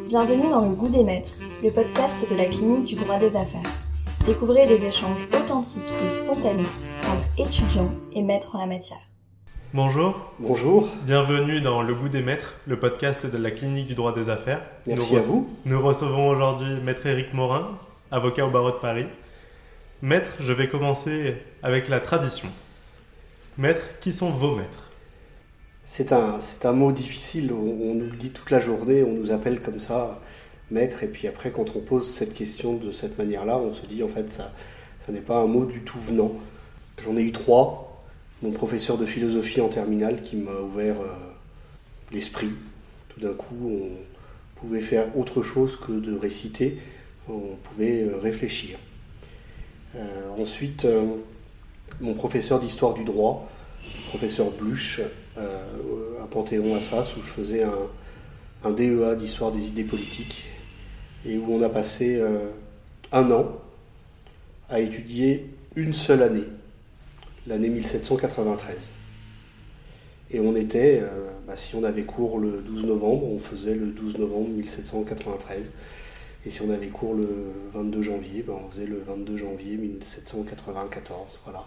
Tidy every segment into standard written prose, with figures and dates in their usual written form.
Bienvenue dans Le Goût des Maîtres, le podcast de la clinique du droit des affaires. Découvrez des échanges authentiques et spontanés entre étudiants et maîtres en la matière. Bonjour. Bonjour. Bienvenue dans Le Goût des Maîtres, le podcast de la clinique du droit des affaires. Merci à vous. Nous recevons aujourd'hui Maître Éric Morin, avocat au barreau de Paris. Maître, je vais commencer avec la tradition. Maître, qui sont vos maîtres ? C'est un mot difficile, on nous le dit toute la journée, on nous appelle comme ça, maître, et puis après quand on pose cette question de cette manière-là, on se dit en fait ça n'est pas un mot du tout venant. J'en ai eu 3, mon professeur de philosophie en terminale qui m'a ouvert l'esprit. Tout d'un coup on pouvait faire autre chose que de réciter, on pouvait réfléchir. Ensuite, mon professeur d'histoire du droit, professeur Bluch, à Panthéon-Assas, où je faisais un DEA d'histoire des idées politiques, et où on a passé 1 an à étudier une seule année, l'année 1793. Et on était, si on avait cours le 12 novembre, on faisait le 12 novembre 1793. Et si on avait cours le 22 janvier, on faisait le 22 janvier 1794. Voilà.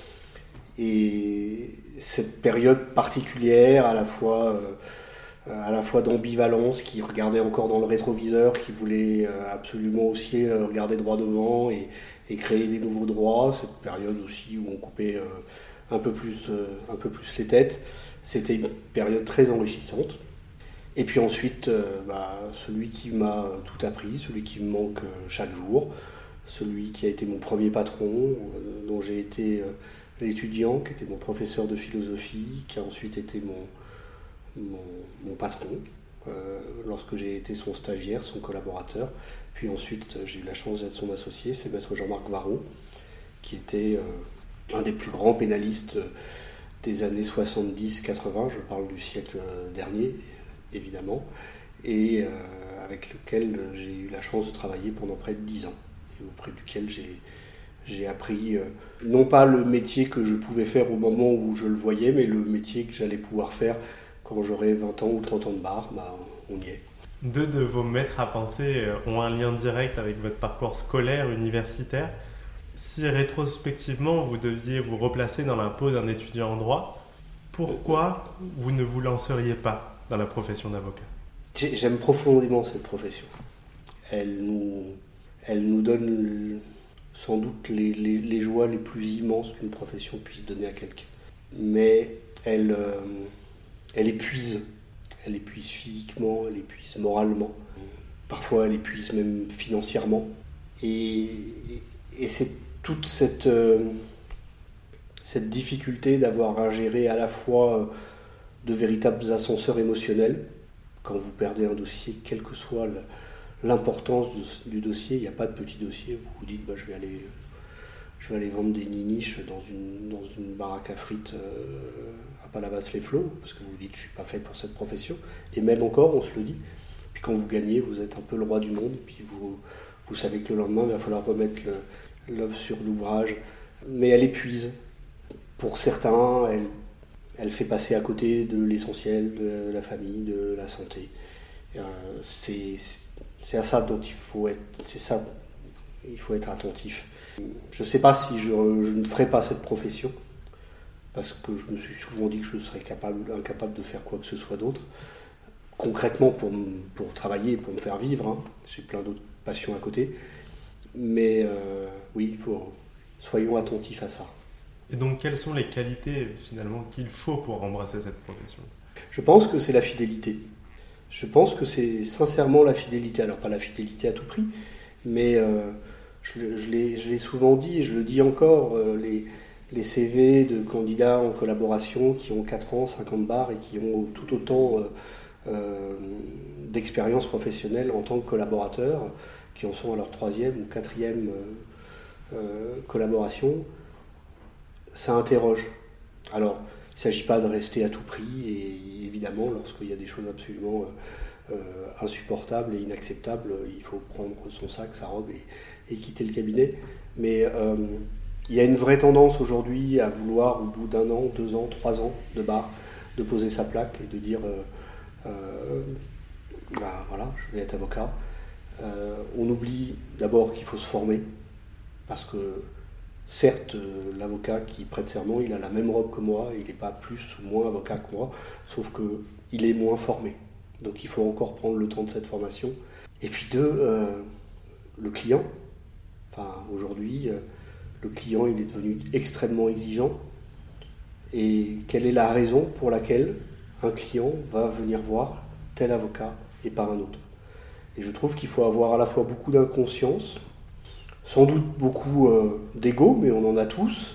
Et cette période particulière, à la fois d'ambivalence, qui regardait encore dans le rétroviseur, qui voulait absolument aussi regarder droit devant et créer des nouveaux droits, cette période aussi où on coupait un peu plus les têtes, c'était une période très enrichissante. Et puis ensuite, celui qui m'a tout appris, celui qui me manque chaque jour, celui qui a été mon premier patron, dont j'ai été l'étudiant, qui était mon professeur de philosophie, qui a ensuite été mon patron, lorsque j'ai été son stagiaire, son collaborateur. Puis ensuite, j'ai eu la chance d'être son associé, c'est maître Jean-Marc Varron, qui était un des plus grands pénalistes des années 70-80, je parle du siècle dernier, évidemment, et avec lequel j'ai eu la chance de travailler pendant près de 10 ans, et auprès duquel j'ai appris non pas le métier que je pouvais faire au moment où je le voyais, mais le métier que j'allais pouvoir faire quand j'aurai 20 ans ou 30 ans de barre, on y est. 2 de vos maîtres à penser ont un lien direct avec votre parcours scolaire, universitaire. Si rétrospectivement vous deviez vous replacer dans la peau d'un étudiant en droit, pourquoi vous ne vous lanceriez pas dans la profession d'avocat ? J'aime profondément cette profession. Elle nous donne sans doute les joies les plus immenses qu'une profession puisse donner à quelqu'un. Mais elle épuise. Elle épuise physiquement, elle épuise moralement. Parfois, elle épuise même financièrement. Et c'est toute cette difficulté d'avoir à gérer à la fois de véritables ascenseurs émotionnels. Quand vous perdez un dossier, quelle que soit l'importance du dossier, il n'y a pas de petit dossier. Vous vous dites, je vais aller vendre des niniches dans une baraque à frites à Palavas-les-Flots, parce que vous vous dites, je ne suis pas fait pour cette profession. Et même encore, on se le dit. Puis quand vous gagnez, vous êtes un peu le roi du monde, puis vous savez que le lendemain, il va falloir remettre l'œuvre sur l'ouvrage. Mais elle épuise. Pour certains, elle fait passer à côté de l'essentiel, de la famille, de la santé. C'est à ça dont il faut être attentif. Je ne sais pas si je ne ferai pas cette profession, parce que je me suis souvent dit que je serais incapable de faire quoi que ce soit d'autre. Concrètement, pour travailler, pour me faire vivre, j'ai plein d'autres passions à côté. Mais oui, soyons attentifs à ça. Et donc, quelles sont les qualités, finalement, qu'il faut pour embrasser cette profession ? Je pense que c'est la fidélité. Je pense que c'est sincèrement la fidélité. Alors, pas la fidélité à tout prix, mais je l'ai souvent dit et je le dis encore, les CV de candidats en collaboration qui ont 4 ans, 50 barres et qui ont tout autant d'expérience professionnelle en tant que collaborateurs, qui en sont à leur 3e ou 4e collaboration, ça interroge. Alors, il ne s'agit pas de rester à tout prix, et évidemment, lorsqu'il y a des choses absolument insupportables et inacceptables, il faut prendre son sac, sa robe et quitter le cabinet. Mais il y a une vraie tendance aujourd'hui à vouloir, au bout d'1 an, 2 ans, 3 ans de barre, de poser sa plaque et de dire voilà, je vais être avocat. On oublie d'abord qu'il faut se former, parce que certes, l'avocat qui prête serment, il a la même robe que moi, il n'est pas plus ou moins avocat que moi, sauf qu'il est moins formé. Donc il faut encore prendre le temps de cette formation. Et puis le client. Enfin, aujourd'hui, le client, il est devenu extrêmement exigeant. Et quelle est la raison pour laquelle un client va venir voir tel avocat et pas un autre? Et je trouve qu'il faut avoir à la fois beaucoup d'inconscience, sans doute beaucoup d'ego, mais on en a tous,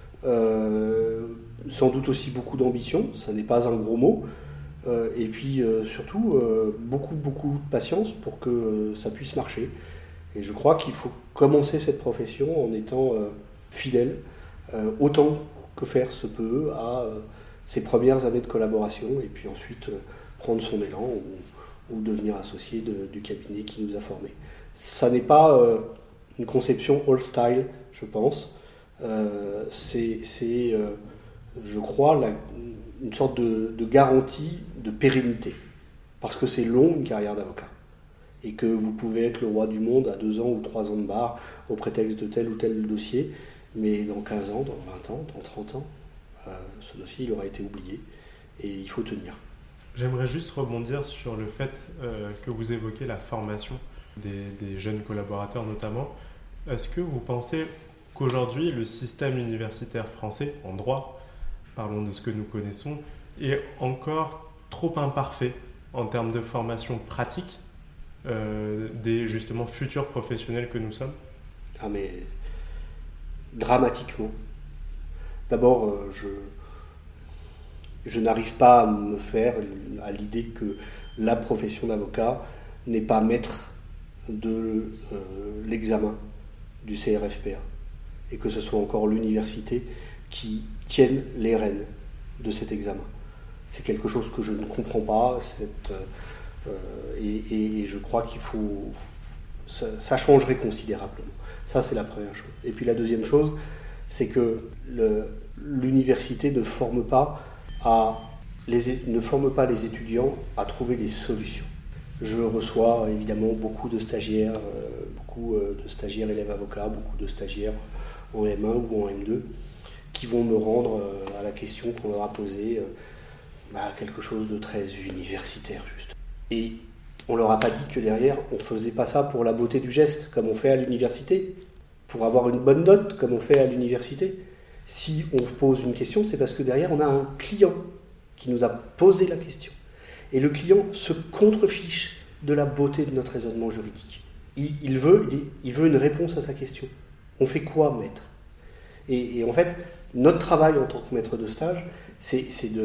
sans doute aussi beaucoup d'ambition, ça n'est pas un gros mot, et puis surtout beaucoup de patience pour que ça puisse marcher. Et je crois qu'il faut commencer cette profession en étant fidèle, autant que faire se peut, à ses premières années de collaboration, et puis ensuite prendre son élan ou devenir associé du cabinet qui nous a formés. Ça n'est pas une conception all style, je pense. C'est je crois, une sorte de garantie de pérennité. Parce que c'est long, une carrière d'avocat. Et que vous pouvez être le roi du monde à 2 ans ou 3 ans de bar au prétexte de tel ou tel dossier, mais dans 15 ans, dans 20 ans, dans 30 ans, ce dossier il aura été oublié et il faut tenir. J'aimerais juste rebondir sur le fait que vous évoquez la formation des jeunes collaborateurs notamment. Est-ce que vous pensez qu'aujourd'hui le système universitaire français en droit, parlons de ce que nous connaissons, est encore trop imparfait en termes de formation pratique des justement futurs professionnels que nous sommes? Ah mais dramatiquement. D'abord, je n'arrive pas à me faire à l'idée que la profession d'avocat n'est pas maître de l'examen du CRFPA et que ce soit encore l'université qui tienne les rênes de cet examen. C'est quelque chose que je ne comprends pas et je crois qu'il faut... Ça changerait considérablement. Ça, c'est la première chose. Et puis la deuxième chose, c'est que l'université ne forme pas les étudiants à trouver des solutions. Je reçois évidemment beaucoup de stagiaires élèves avocats, beaucoup de stagiaires en M1 ou en M2, qui vont me rendre à la question qu'on leur a posée, quelque chose de très universitaire juste. Et on leur a pas dit que derrière, on faisait pas ça pour la beauté du geste, comme on fait à l'université, pour avoir une bonne note, comme on fait à l'université. Si on pose une question, c'est parce que derrière, on a un client qui nous a posé la question. Et le client se contrefiche de la beauté de notre raisonnement juridique. Il veut une réponse à sa question. On fait quoi, maître ? Et en fait, notre travail en tant que maître de stage, c'est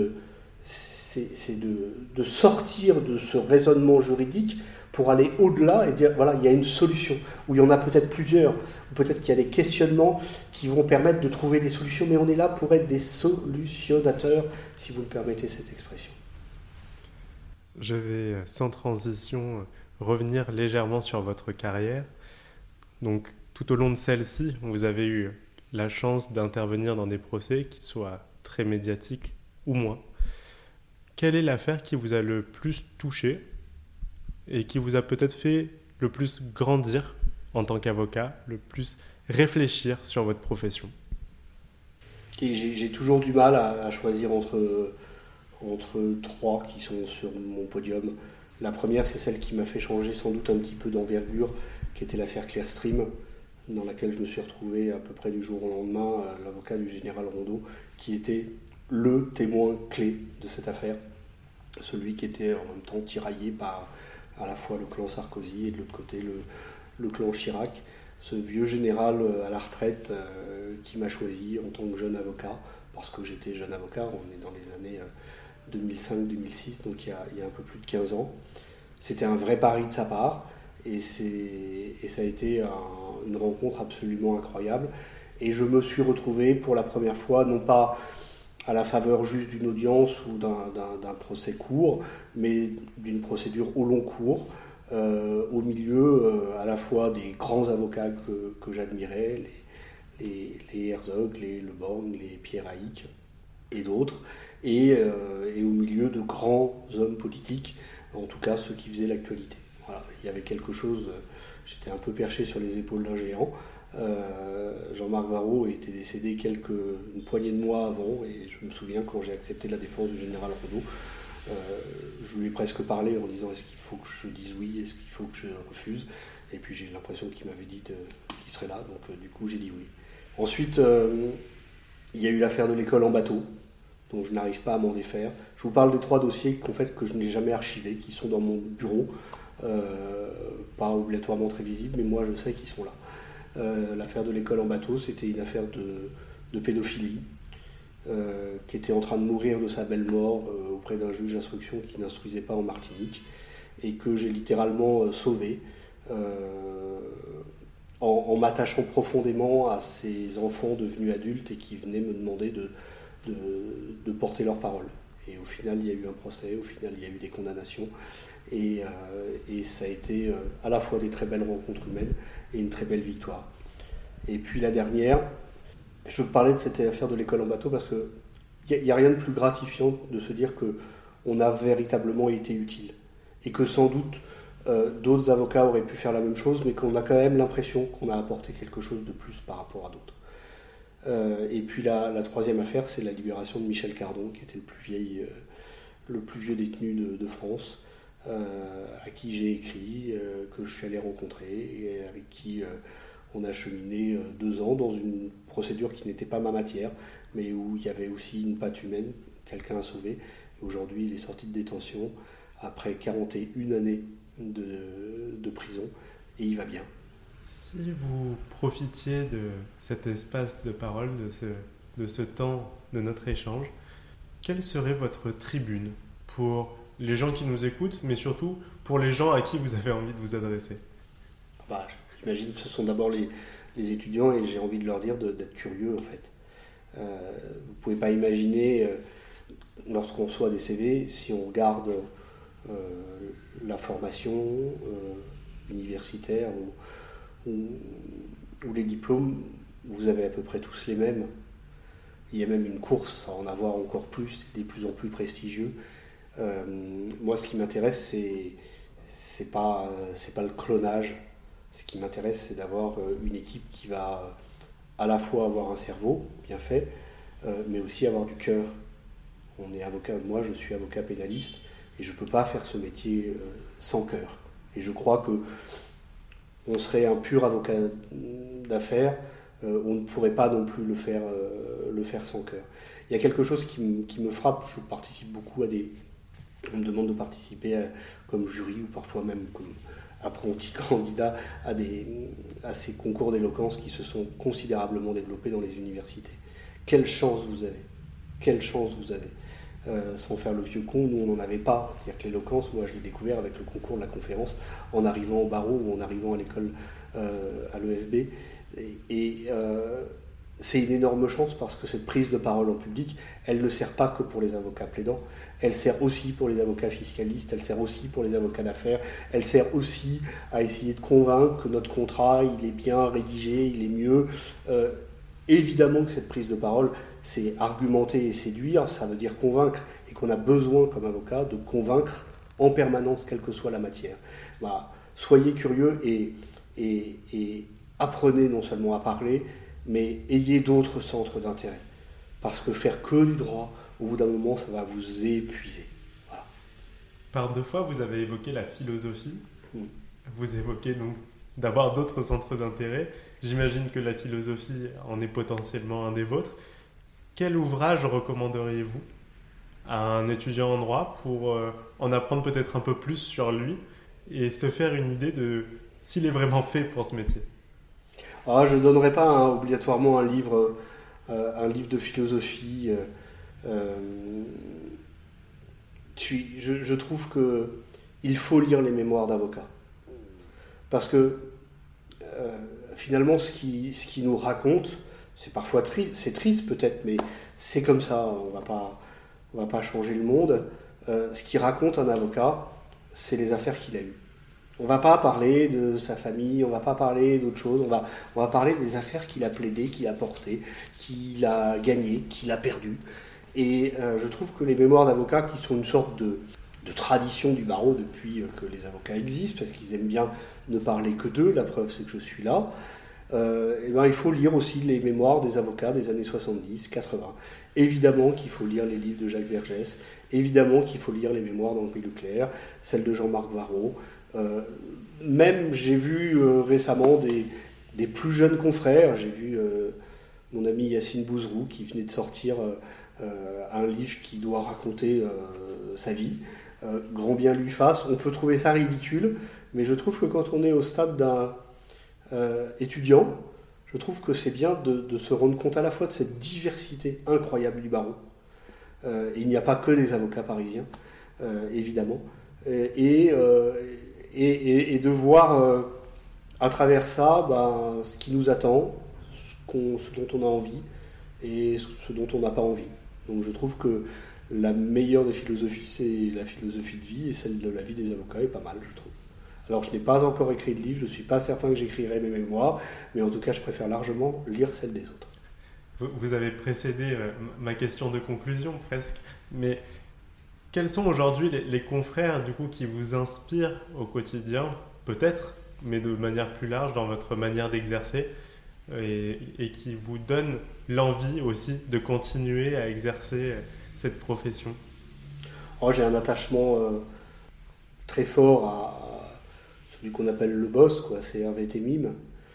de sortir de ce raisonnement juridique pour aller au-delà et dire, voilà, il y a une solution, ou il y en a peut-être plusieurs, ou peut-être qu'il y a des questionnements qui vont permettre de trouver des solutions, mais on est là pour être des solutionnateurs, si vous me permettez cette expression. Je vais, sans transition, revenir légèrement sur votre carrière. Donc, tout au long de celle-ci, vous avez eu la chance d'intervenir dans des procès qui soient très médiatiques ou moins. Quelle est l'affaire qui vous a le plus touché et qui vous a peut-être fait le plus grandir en tant qu'avocat, le plus réfléchir sur votre profession? Et j'ai toujours du mal à choisir entre 3 qui sont sur mon podium. La première, c'est celle qui m'a fait changer sans doute un petit peu d'envergure, qui était l'affaire Clearstream, dans laquelle je me suis retrouvé à peu près du jour au lendemain, l'avocat du général Rondeau, qui était le témoin clé de cette affaire, celui qui était en même temps tiraillé par à la fois le clan Sarkozy et de l'autre côté le clan Chirac, ce vieux général à la retraite qui m'a choisi en tant que jeune avocat, parce que j'étais jeune avocat, on est dans les années 2005-2006, donc il y a un peu plus de 15 ans. C'était un vrai pari de sa part, et ça a été une rencontre absolument incroyable, et je me suis retrouvé pour la première fois, non pas à la faveur juste d'une audience ou d'un procès court, mais d'une procédure au long cours, au milieu à la fois des grands avocats que j'admirais, les Herzog, les Le Borgne, les Pierre Haïk et d'autres, et au milieu de grands hommes politiques, en tout cas ceux qui faisaient l'actualité. Voilà, il y avait quelque chose, j'étais un peu perché sur les épaules d'un géant. Jean-Marc Varrot était décédé une poignée de mois avant, et je me souviens quand j'ai accepté la défense du général Renaud, je lui ai presque parlé en disant est-ce qu'il faut que je dise oui, est-ce qu'il faut que je refuse, et puis j'ai l'impression qu'il m'avait dit qu'il serait là, donc du coup j'ai dit oui. Ensuite, il y a eu l'affaire de l'école en bateau, dont je n'arrive pas à m'en défaire. Je vous parle des 3 dossiers qu'en fait, que je n'ai jamais archivés, qui sont dans mon bureau, pas obligatoirement très visibles, mais moi je sais qu'ils sont là. L'affaire de l'école en bateau, c'était une affaire de pédophilie, qui était en train de mourir de sa belle mort auprès d'un juge d'instruction qui n'instruisait pas en Martinique, et que j'ai littéralement sauvé en m'attachant profondément à ces enfants devenus adultes et qui venaient me demander de porter leur parole. Et au final, il y a eu un procès, au final, il y a eu des condamnations, et ça a été à la fois des très belles rencontres humaines et une très belle victoire. Et puis la dernière, je parlais de cette affaire de l'école en bateau parce qu'il n'y a rien de plus gratifiant de se dire qu'on a véritablement été utile, et que sans doute d'autres avocats auraient pu faire la même chose, mais qu'on a quand même l'impression qu'on a apporté quelque chose de plus par rapport à d'autres. Et puis la troisième affaire, c'est la libération de Michel Cardon, qui était le plus vieux détenu de France, à qui j'ai écrit, que je suis allé rencontrer, et avec qui on a cheminé 2 ans dans une procédure qui n'était pas ma matière, mais où il y avait aussi une patte humaine, quelqu'un à sauver. Et aujourd'hui, il est sorti de détention après 41 années de prison, et il va bien. Si vous profitiez de cet espace de parole, de ce temps de notre échange, quelle serait votre tribune pour les gens qui nous écoutent, mais surtout pour les gens à qui vous avez envie de vous adresser? J'imagine que ce sont d'abord les étudiants, et j'ai envie de leur dire d'être curieux en fait. Vous ne pouvez pas imaginer, lorsqu'on reçoit des CV, si on regarde la formation universitaire ou les diplômes, vous avez à peu près tous les mêmes. Il y a même une course à en avoir encore plus, des plus en plus prestigieux. Moi, ce qui m'intéresse, c'est pas le clonage. Ce qui m'intéresse, c'est d'avoir une équipe qui va à la fois avoir un cerveau bien fait, mais aussi avoir du cœur. On est avocat, moi je suis avocat pénaliste, et je ne peux pas faire ce métier sans cœur. Et je crois que on serait un pur avocat d'affaires, on ne pourrait pas non plus le faire sans cœur. Il y a quelque chose qui me frappe, je participe beaucoup on me demande de participer comme jury, ou parfois même comme apprenti candidat à ces concours d'éloquence qui se sont considérablement développés dans les universités. Quelle chance vous avez! Quelle chance vous avez! Sans faire le vieux con, nous on n'en avait pas. C'est-à-dire que l'éloquence, moi je l'ai découvert avec le concours de la conférence, en arrivant au barreau ou en arrivant à l'école à l'EFB. Et c'est une énorme chance, parce que cette prise de parole en public, elle ne sert pas que pour les avocats plaidants, elle sert aussi pour les avocats fiscalistes, elle sert aussi pour les avocats d'affaires, elle sert aussi à essayer de convaincre que notre contrat, il est bien rédigé, il est mieux. Évidemment que cette prise de parole, c'est argumenter et séduire, ça veut dire convaincre, et qu'on a besoin comme avocat de convaincre en permanence, quelle que soit la matière. Soyez curieux et apprenez non seulement à parler, mais ayez d'autres centres d'intérêt. Parce que faire que du droit, au bout d'un moment, ça va vous épuiser. Voilà. Par 2 fois, vous avez évoqué la philosophie. Vous évoquez donc d'avoir d'autres centres d'intérêt. J'imagine que la philosophie en est potentiellement un des vôtres. Quel ouvrage recommanderiez-vous à un étudiant en droit pour en apprendre peut-être un peu plus sur lui et se faire une idée de s'il est vraiment fait pour ce métier? Je ne donnerai pas obligatoirement un livre de philosophie. Je trouve qu'il faut lire les mémoires d'avocats. Parce que finalement, ce qui nous raconte, c'est parfois triste, c'est triste peut-être, mais c'est comme ça, on va pas changer le monde. Ce qui raconte un avocat, c'est les affaires qu'il a eues. On ne va pas parler de sa famille, on ne va pas parler d'autre chose, on va parler des affaires qu'il a plaidées, qu'il a portées, qu'il a gagnées, qu'il a perdues. Et je trouve que les mémoires d'avocat, qui sont une sorte tradition du barreau depuis que les avocats existent, parce qu'ils aiment bien ne parler que d'eux, la preuve c'est que je suis là, il faut lire aussi les mémoires des avocats des années 70, 80. Évidemment qu'il faut lire les livres de Jacques Vergès, évidemment qu'il faut lire les mémoires d'Henri Leclerc, celles de Jean-Marc Varro. Même j'ai vu récemment des plus jeunes confrères, j'ai vu mon ami Yacine Bouzrou qui venait de sortir un livre qui doit raconter sa vie. Grand bien lui fasse, on peut trouver ça ridicule, mais je trouve que quand on est au stade d'un étudiant, je trouve que c'est bien de se rendre compte à la fois de cette diversité incroyable du barreau. Il n'y a pas que des avocats parisiens, évidemment, et de voir à travers ça ce qui nous attend, ce dont on a envie et ce dont on n'a pas envie. Donc je trouve que la meilleure des philosophies, c'est la philosophie de vie, et celle de la vie des avocats est pas mal, je trouve. Alors je n'ai pas encore écrit de livre, je ne suis pas certain que j'écrirai mes mémoires, mais en tout cas je préfère largement lire celles des autres. Vous avez précédé ma question de conclusion presque, mais quels sont aujourd'hui les confrères du coup qui vous inspirent au quotidien, peut-être, mais de manière plus large dans votre manière d'exercer, et qui vous donnent l'envie aussi de continuer à exercer cette profession? J'ai un attachement très fort à celui qu'on appelle le boss, c'est Hervé Temim.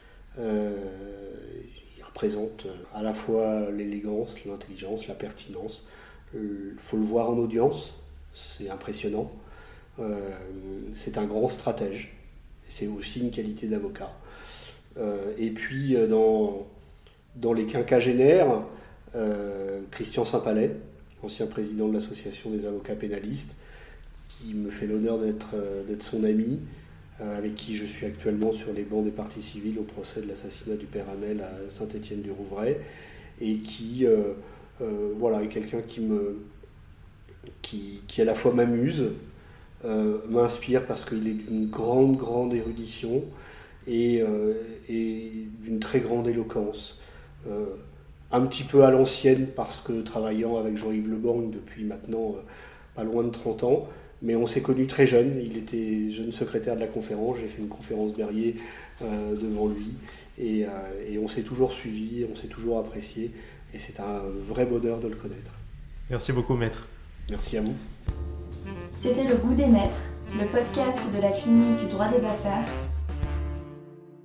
Il représente à la fois l'élégance, l'intelligence, la pertinence. Il faut le voir en audience, c'est impressionnant. C'est un grand stratège, et c'est aussi une qualité d'avocat. Et puis dans les quinquagénaires, Christian Saint-Palais, ancien président de l'association des avocats pénalistes, qui me fait l'honneur d'être son ami, avec qui je suis actuellement sur les bancs des parties civiles au procès de l'assassinat du père Hamel à Saint-Étienne-du-Rouvray, et qui est quelqu'un qui à la fois m'amuse, m'inspire parce qu'il est d'une grande érudition et d'une très grande éloquence. Un petit peu à l'ancienne parce que travaillant avec Jean-Yves Le Borgne depuis maintenant pas loin de 30 ans, mais on s'est connus très jeune. Il était jeune secrétaire de la conférence, j'ai fait une conférence Berrier devant lui, et on s'est toujours suivi, on s'est toujours apprécié, et c'est un vrai bonheur de le connaître. Merci beaucoup, maître. Merci à vous. C'était Le Goût des maîtres, le podcast de la clinique du droit des affaires,